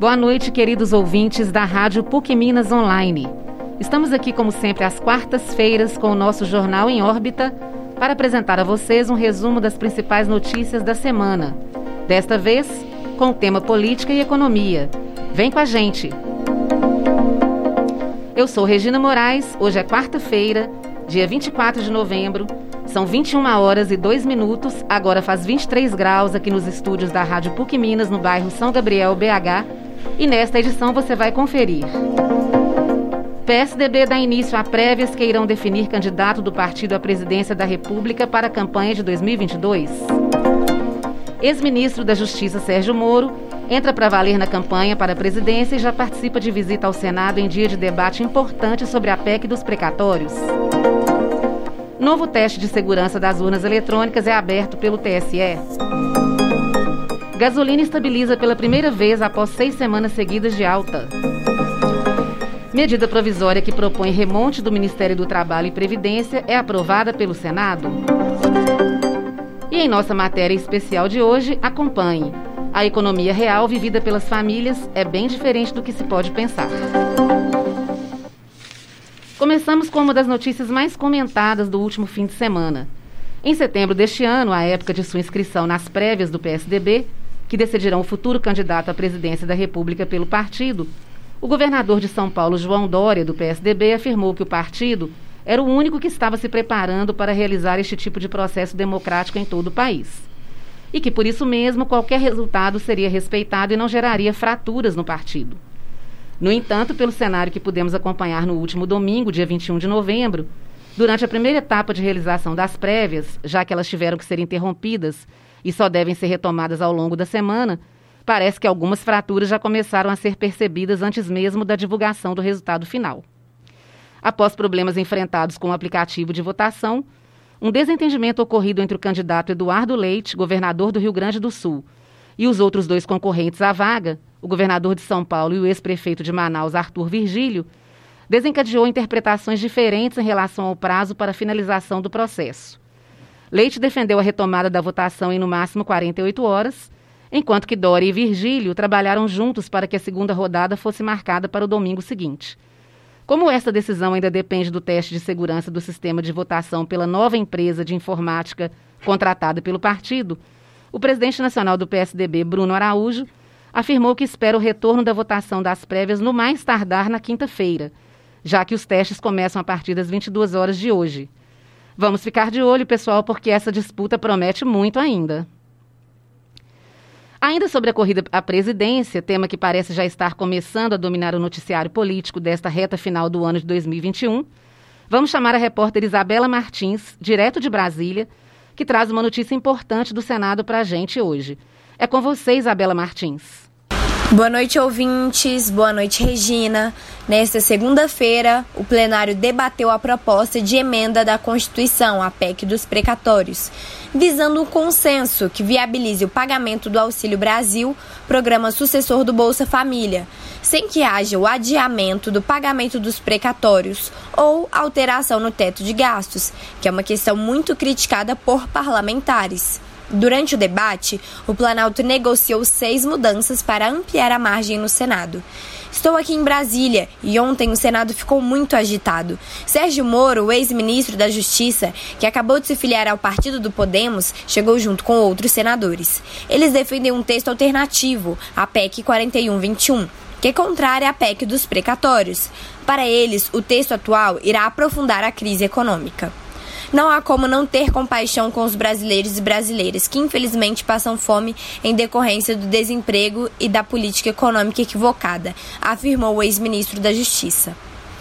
Boa noite, queridos ouvintes da Rádio PUC Minas Online. Estamos aqui, como sempre, às quartas-feiras com o nosso Jornal em Órbita para apresentar a vocês um resumo das principais notícias da semana. Desta vez, com o tema Política e Economia. Vem com a gente! Eu sou Regina Moraes, hoje é quarta-feira, dia 24 de novembro, são 21 horas e 2 minutos, agora faz 23 graus aqui nos estúdios da Rádio PUC Minas, no bairro São Gabriel, BH, e nesta edição você vai conferir. PSDB dá início a prévias que irão definir candidato do partido à presidência da República para a campanha de 2022. Ex-ministro da Justiça Sérgio Moro entra para valer na campanha para a presidência e já participa de visita ao Senado em dia de debate importante sobre a PEC dos precatórios. Novo teste de segurança das urnas eletrônicas é aberto pelo TSE. Gasolina estabiliza pela primeira vez após 6 semanas seguidas de alta. Medida provisória que propõe remonte do Ministério do Trabalho e Previdência é aprovada pelo Senado. E em nossa matéria especial de hoje, acompanhe. A economia real vivida pelas famílias é bem diferente do que se pode pensar. Começamos com uma das notícias mais comentadas do último fim de semana. Em setembro deste ano, a época de sua inscrição nas prévias do PSDB, que decidirão o futuro candidato à presidência da República pelo partido, o governador de São Paulo, João Dória, do PSDB, afirmou que o partido era o único que estava se preparando para realizar este tipo de processo democrático em todo o país. E que, por isso mesmo, qualquer resultado seria respeitado e não geraria fraturas no partido. No entanto, pelo cenário que pudemos acompanhar no último domingo, dia 21 de novembro, durante a primeira etapa de realização das prévias, já que elas tiveram que ser interrompidas e só devem ser retomadas ao longo da semana, parece que algumas fraturas já começaram a ser percebidas antes mesmo da divulgação do resultado final. Após problemas enfrentados com o aplicativo de votação, um desentendimento ocorrido entre o candidato Eduardo Leite, governador do Rio Grande do Sul, e os outros 2 concorrentes à vaga, o governador de São Paulo e o ex-prefeito de Manaus, Arthur Virgílio, desencadeou interpretações diferentes em relação ao prazo para a finalização do processo. Leite defendeu a retomada da votação em no máximo 48 horas, enquanto que Dória e Virgílio trabalharam juntos para que a segunda rodada fosse marcada para o domingo seguinte. Como esta decisão ainda depende do teste de segurança do sistema de votação pela nova empresa de informática contratada pelo partido, o presidente nacional do PSDB, Bruno Araújo, afirmou que espera o retorno da votação das prévias no mais tardar na quinta-feira, já que os testes começam a partir das 22 horas de hoje. Vamos ficar de olho, pessoal, porque essa disputa promete muito ainda. Ainda sobre a corrida à presidência, tema que parece já estar começando a dominar o noticiário político desta reta final do ano de 2021, vamos chamar a repórter Isabela Martins, direto de Brasília, que traz uma notícia importante do Senado para a gente hoje. É com você, Isabela Martins. Boa noite, ouvintes. Boa noite, Regina. Nesta segunda-feira, o plenário debateu a proposta de emenda da Constituição, a PEC dos precatórios, visando um consenso que viabilize o pagamento do Auxílio Brasil, programa sucessor do Bolsa Família, sem que haja o adiamento do pagamento dos precatórios ou alteração no teto de gastos, que é uma questão muito criticada por parlamentares. Durante o debate, o Planalto negociou 6 mudanças para ampliar a margem no Senado. Estou aqui em Brasília e ontem o Senado ficou muito agitado. Sérgio Moro, o ex-ministro da Justiça, que acabou de se filiar ao partido do Podemos, chegou junto com outros senadores. Eles defendem um texto alternativo, a PEC 4121, que é contrária à PEC dos precatórios. Para eles, o texto atual irá aprofundar a crise econômica. Não há como não ter compaixão com os brasileiros e brasileiras que infelizmente passam fome em decorrência do desemprego e da política econômica equivocada, afirmou o ex-ministro da Justiça.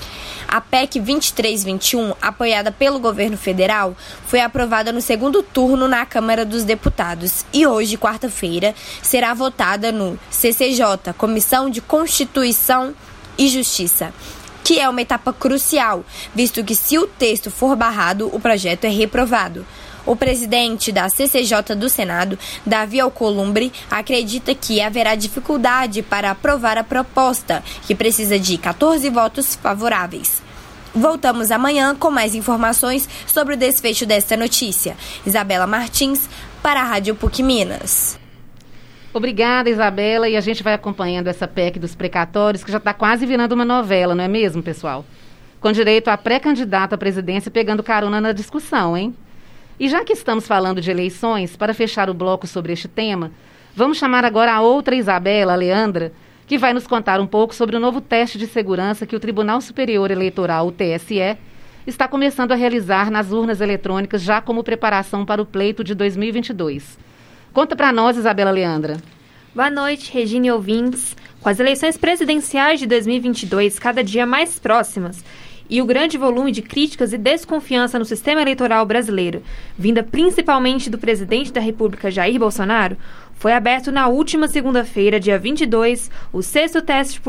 A PEC 2321, apoiada pelo governo federal, foi aprovada no segundo turno na Câmara dos Deputados e hoje, quarta-feira, será votada no CCJ, Comissão de Constituição e Justiça, que é uma etapa crucial, visto que se o texto for barrado, o projeto é reprovado. O presidente da CCJ do Senado, Davi Alcolumbre, acredita que haverá dificuldade para aprovar a proposta, que precisa de 14 votos favoráveis. Voltamos amanhã com mais informações sobre o desfecho desta notícia. Isabela Martins, para a Rádio PUC Minas. Obrigada, Isabela, e a gente vai acompanhando essa PEC dos precatórios, que já está quase virando uma novela, não é mesmo, pessoal? Com direito a pré-candidato à presidência pegando carona na discussão, hein? E já que estamos falando de eleições, para fechar o bloco sobre este tema, vamos chamar agora a outra Isabela, a Leandra, que vai nos contar um pouco sobre o novo teste de segurança que o Tribunal Superior Eleitoral, o TSE, está começando a realizar nas urnas eletrônicas já como preparação para o pleito de 2022. Conta para nós, Isabela Leandra. Boa noite, Regina e ouvintes. Com as eleições presidenciais de 2022 cada dia mais próximas e o grande volume de críticas e desconfiança no sistema eleitoral brasileiro, vinda principalmente do presidente da República, Jair Bolsonaro, foi aberto na última segunda-feira, dia 22, o 6º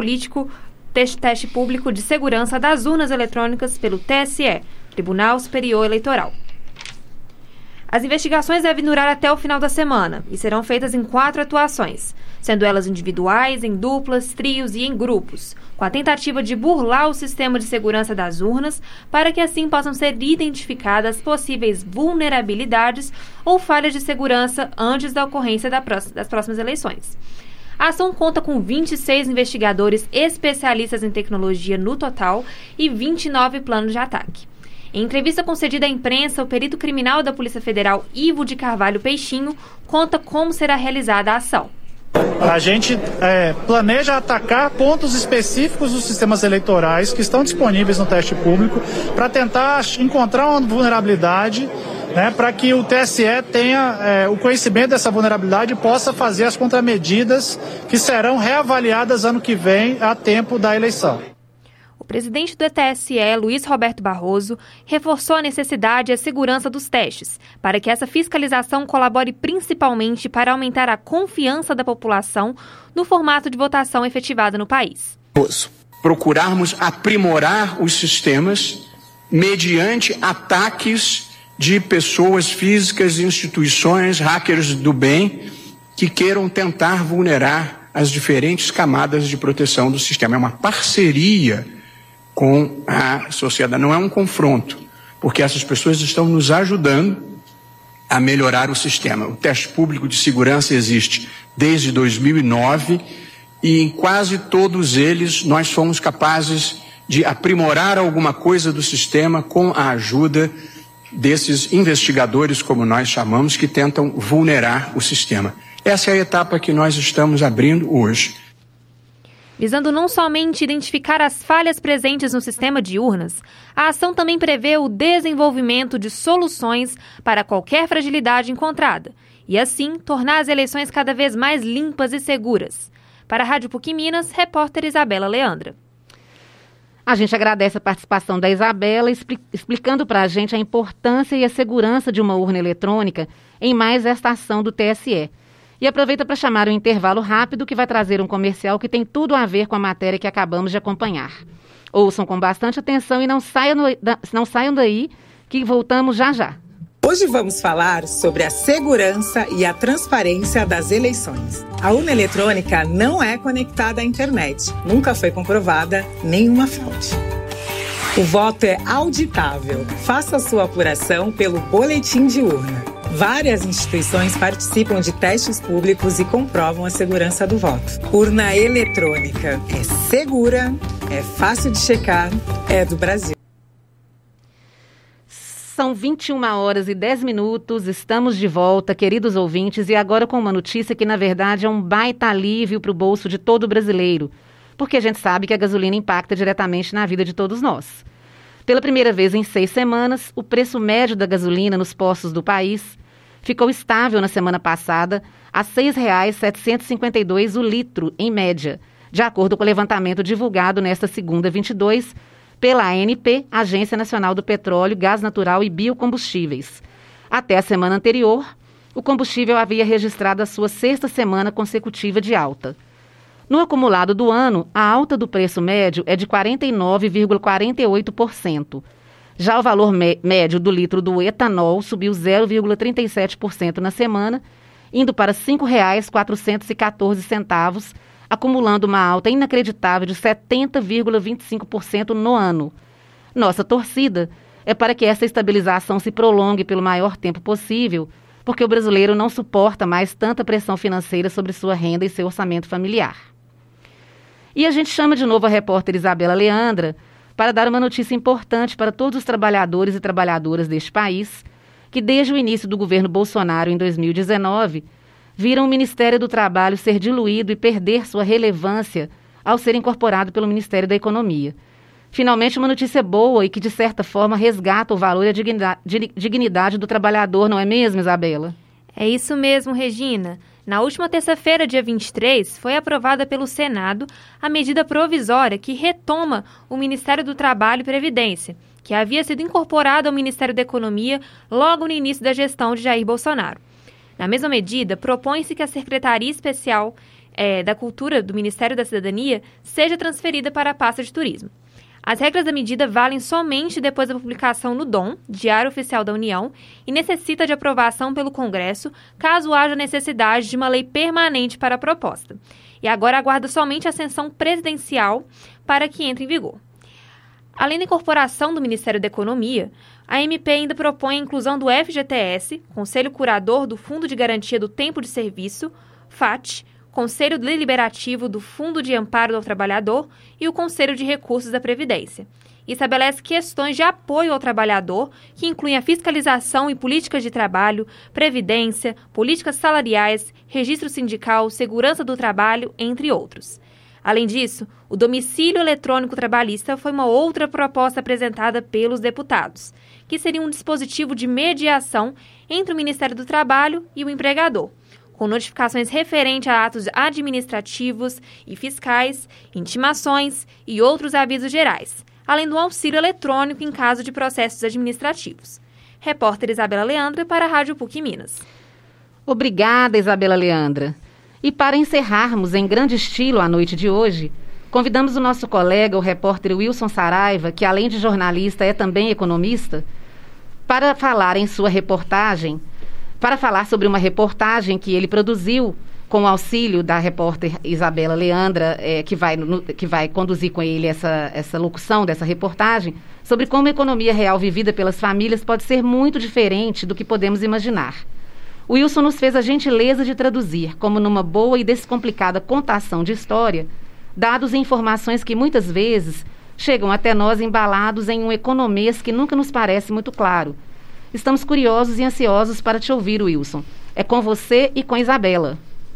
teste público de segurança das urnas eletrônicas pelo TSE, Tribunal Superior Eleitoral. As investigações devem durar até o final da semana e serão feitas em 4 atuações, sendo elas individuais, em duplas, trios e em grupos, com a tentativa de burlar o sistema de segurança das urnas para que assim possam ser identificadas possíveis vulnerabilidades ou falhas de segurança antes da ocorrência das próximas eleições. A ação conta com 26 investigadores especialistas em tecnologia no total e 29 planos de ataque. Em entrevista concedida à imprensa, o perito criminal da Polícia Federal, Ivo de Carvalho Peixinho, conta como será realizada a ação. A gente planeja atacar pontos específicos dos sistemas eleitorais que estão disponíveis no teste público para tentar encontrar uma vulnerabilidade, para que o TSE tenha o conhecimento dessa vulnerabilidade e possa fazer as contramedidas que serão reavaliadas ano que vem, a tempo da eleição. O presidente do TSE, Luiz Roberto Barroso, reforçou a necessidade e a segurança dos testes, para que essa fiscalização colabore principalmente para aumentar a confiança da população no formato de votação efetivada no país. Procurarmos aprimorar os sistemas mediante ataques de pessoas físicas, instituições, hackers do bem, que queiram tentar vulnerar as diferentes camadas de proteção do sistema. É uma parceria com a sociedade, não é um confronto, porque essas pessoas estão nos ajudando a melhorar o sistema. O teste público de segurança existe desde 2009 e em quase todos eles nós fomos capazes de aprimorar alguma coisa do sistema com a ajuda desses investigadores, como nós chamamos, que tentam vulnerar o sistema. Essa é a etapa que nós estamos abrindo hoje. Visando não somente identificar as falhas presentes no sistema de urnas, a ação também prevê o desenvolvimento de soluções para qualquer fragilidade encontrada e, assim, tornar as eleições cada vez mais limpas e seguras. Para a Rádio PUC Minas, repórter Isabela Leandra. A gente agradece a participação da Isabela, explicando para a gente a importância e a segurança de uma urna eletrônica em mais esta ação do TSE. E aproveita para chamar um intervalo rápido que vai trazer um comercial que tem tudo a ver com a matéria que acabamos de acompanhar. Ouçam com bastante atenção e não saiam daí, que voltamos já já. Hoje vamos falar sobre a segurança e a transparência das eleições. A urna eletrônica não é conectada à internet. Nunca foi comprovada nenhuma fraude. O voto é auditável. Faça a sua apuração pelo boletim de urna. Várias instituições participam de testes públicos e comprovam a segurança do voto. Urna eletrônica é segura, é fácil de checar, é do Brasil. São 21h10, estamos de volta, queridos ouvintes, e agora com uma notícia que, na verdade, é um baita alívio para o bolso de todo brasileiro, porque a gente sabe que a gasolina impacta diretamente na vida de todos nós. Pela primeira vez em 6 semanas, o preço médio da gasolina nos postos do país ficou estável na semana passada a R$ 6,752 o litro, em média, de acordo com o levantamento divulgado nesta segunda 22 pela ANP, Agência Nacional do Petróleo, Gás Natural e Biocombustíveis. Até a semana anterior, o combustível havia registrado a sua 6ª semana consecutiva de alta. No acumulado do ano, a alta do preço médio é de 49,48%. Já o valor médio do litro do etanol subiu 0,37% na semana, indo para R$ 5,414, acumulando uma alta inacreditável de 70,25% no ano. Nossa torcida é para que essa estabilização se prolongue pelo maior tempo possível, porque o brasileiro não suporta mais tanta pressão financeira sobre sua renda e seu orçamento familiar. E a gente chama de novo a repórter Isabela Leandra para dar uma notícia importante para todos os trabalhadores e trabalhadoras deste país, que desde o início do governo Bolsonaro em 2019, viram o Ministério do Trabalho ser diluído e perder sua relevância ao ser incorporado pelo Ministério da Economia. Finalmente, uma notícia boa e que, de certa forma, resgata o valor e a dignidade do trabalhador, não é mesmo, Isabela? É isso mesmo, Regina. Na última terça-feira, dia 23, foi aprovada pelo Senado a medida provisória que retoma o Ministério do Trabalho e Previdência, que havia sido incorporado ao Ministério da Economia logo no início da gestão de Jair Bolsonaro. Na mesma medida, propõe-se que a Secretaria Especial da Cultura do Ministério da Cidadania seja transferida para a pasta de turismo. As regras da medida valem somente depois da publicação no DOM, Diário Oficial da União, e necessita de aprovação pelo Congresso, caso haja necessidade de uma lei permanente para a proposta. E agora aguarda somente a sanção presidencial para que entre em vigor. Além da incorporação do Ministério da Economia, a MP ainda propõe a inclusão do FGTS, Conselho Curador do Fundo de Garantia do Tempo de Serviço, FAT, Conselho Deliberativo do Fundo de Amparo ao Trabalhador e o Conselho de Recursos da Previdência. E estabelece questões de apoio ao trabalhador, que incluem a fiscalização e políticas de trabalho, previdência, políticas salariais, registro sindical, segurança do trabalho, entre outros. Além disso, o domicílio eletrônico trabalhista foi uma outra proposta apresentada pelos deputados, que seria um dispositivo de mediação entre o Ministério do Trabalho e o empregador, com notificações referentes a atos administrativos e fiscais, intimações e outros avisos gerais, além do auxílio eletrônico em caso de processos administrativos. Repórter Isabela Leandra para a Rádio PUC Minas. Obrigada, Isabela Leandra. E para encerrarmos em grande estilo a noite de hoje, convidamos o nosso colega, o repórter Wilson Saraiva, que além de jornalista é também economista, para falar sobre uma reportagem que ele produziu com o auxílio da repórter Isabela Leandra, que vai conduzir com ele essa locução dessa reportagem, sobre como a economia real vivida pelas famílias pode ser muito diferente do que podemos imaginar. O Wilson nos fez a gentileza de traduzir, como numa boa e descomplicada contação de história, dados e informações que muitas vezes chegam até nós embalados em um economês que nunca nos parece muito claro. Estamos curiosos e ansiosos para te ouvir, Wilson. É com você e com Isabela.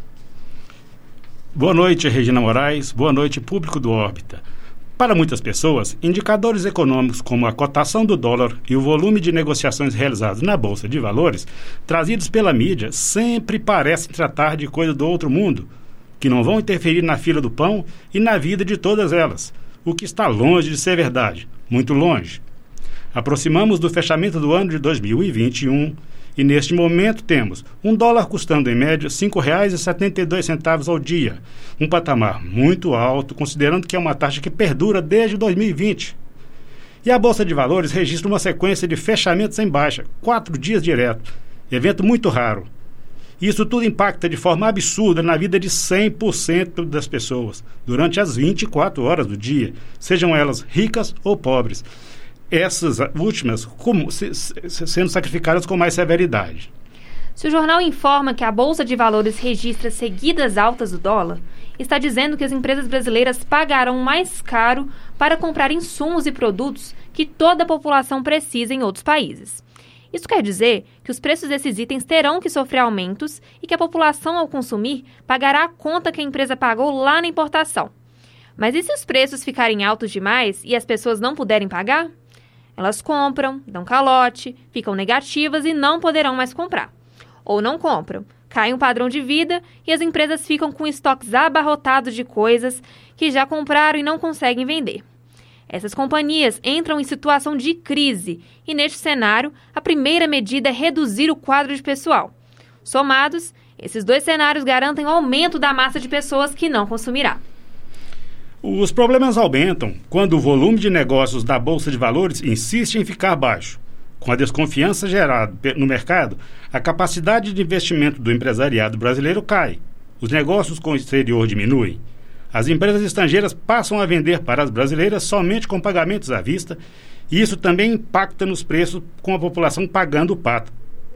Boa noite, Regina Moraes. Boa noite, público do Órbita. Para muitas pessoas, indicadores econômicos como a cotação do dólar e o volume de negociações realizadas na Bolsa de Valores, trazidos pela mídia, sempre parecem tratar de coisa do outro mundo, que não vão interferir na fila do pão e na vida de todas elas, o que está longe de ser verdade, muito longe. Aproximamos do fechamento do ano de 2021 e neste momento temos um dólar custando em média R$ 5,72 ao dia, um patamar muito alto, considerando que é uma taxa que perdura desde 2020. E a Bolsa de Valores registra uma sequência de fechamentos em baixa, 4 dias direto, evento muito raro. Isso tudo impacta de forma absurda na vida de 100% das pessoas, durante as 24 horas do dia, sejam elas ricas ou pobres. Essas últimas sendo sacrificadas com mais severidade. Se o jornal informa que a Bolsa de Valores registra seguidas altas do dólar, está dizendo que as empresas brasileiras pagarão mais caro para comprar insumos e produtos que toda a população precisa em outros países. Isso quer dizer que os preços desses itens terão que sofrer aumentos e que a população, ao consumir, pagará a conta que a empresa pagou lá na importação. Mas e se os preços ficarem altos demais e as pessoas não puderem pagar? Elas compram, dão calote, ficam negativas e não poderão mais comprar. Ou não compram, cai um padrão de vida e as empresas ficam com estoques abarrotados de coisas que já compraram e não conseguem vender. Essas companhias entram em situação de crise e, neste cenário, a primeira medida é reduzir o quadro de pessoal. Somados, esses dois cenários garantem o aumento da massa de pessoas que não consumirá. Os problemas aumentam quando o volume de negócios da Bolsa de Valores insiste em ficar baixo. Com a desconfiança gerada no mercado, a capacidade de investimento do empresariado brasileiro cai. Os negócios com o exterior diminuem. As empresas estrangeiras passam a vender para as brasileiras somente com pagamentos à vista, e isso também impacta nos preços, com a população pagando o pato.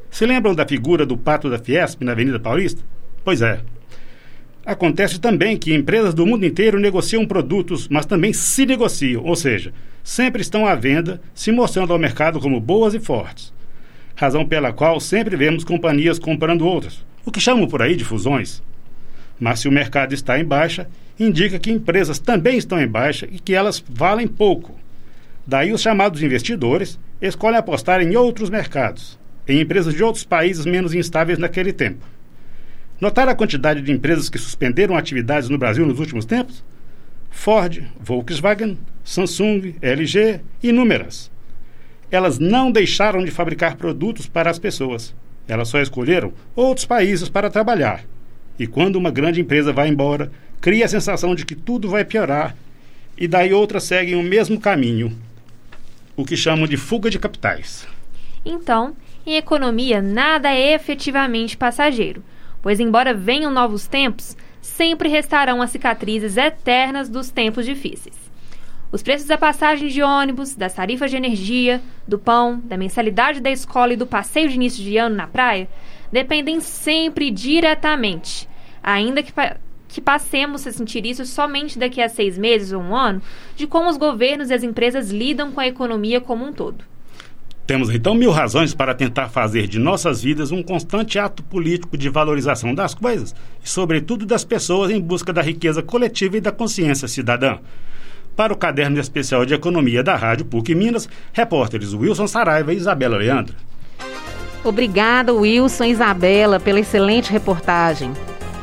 Se lembram da figura do pato da Fiesp na Avenida Paulista? Pois é. Acontece também que empresas do mundo inteiro negociam produtos, mas também se negociam, ou seja, sempre estão à venda, se mostrando ao mercado como boas e fortes. Razão pela qual sempre vemos companhias comprando outras, o que chamam por aí de fusões. Mas se o mercado está em baixa, indica que empresas também estão em baixa e que elas valem pouco. Daí os chamados investidores escolhem apostar em outros mercados, em empresas de outros países menos instáveis naquele tempo. Notaram a quantidade de empresas que suspenderam atividades no Brasil nos últimos tempos? Ford, Volkswagen, Samsung, LG, inúmeras. Elas não deixaram de fabricar produtos para as pessoas. Elas só escolheram outros países para trabalhar. E quando uma grande empresa vai embora, cria a sensação de que tudo vai piorar, e daí outras seguem o mesmo caminho, o que chamam de fuga de capitais. Então, em economia, nada é efetivamente passageiro, pois embora venham novos tempos, sempre restarão as cicatrizes eternas dos tempos difíceis. Os preços da passagem de ônibus, das tarifas de energia, do pão, da mensalidade da escola e do passeio de início de ano na praia dependem sempre diretamente, ainda que passemos a sentir isso somente daqui a 6 meses ou um ano, de como os governos e as empresas lidam com a economia como um todo. Temos então 1000 razões para tentar fazer de nossas vidas um constante ato político de valorização das coisas e, sobretudo, das pessoas em busca da riqueza coletiva e da consciência cidadã. Para o Caderno Especial de Economia da Rádio PUC Minas, repórteres Wilson Saraiva e Isabela Leandro. Obrigada, Wilson e Isabela, pela excelente reportagem.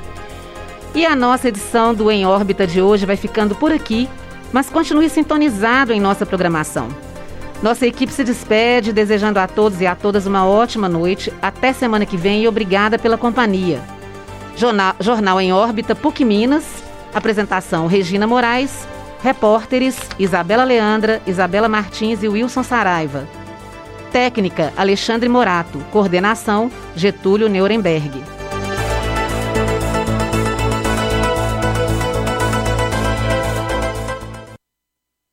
E a nossa edição do Em Órbita de hoje vai ficando por aqui, mas continue sintonizado em nossa programação. Nossa equipe se despede, desejando a todos e a todas uma ótima noite. Até semana que vem e obrigada pela companhia. Jornal Em Órbita PUC Minas. Apresentação Regina Moraes. Repórteres Isabela Leandra, Isabela Martins e Wilson Saraiva. Técnica Alexandre Morato. Coordenação Getúlio Nuremberg.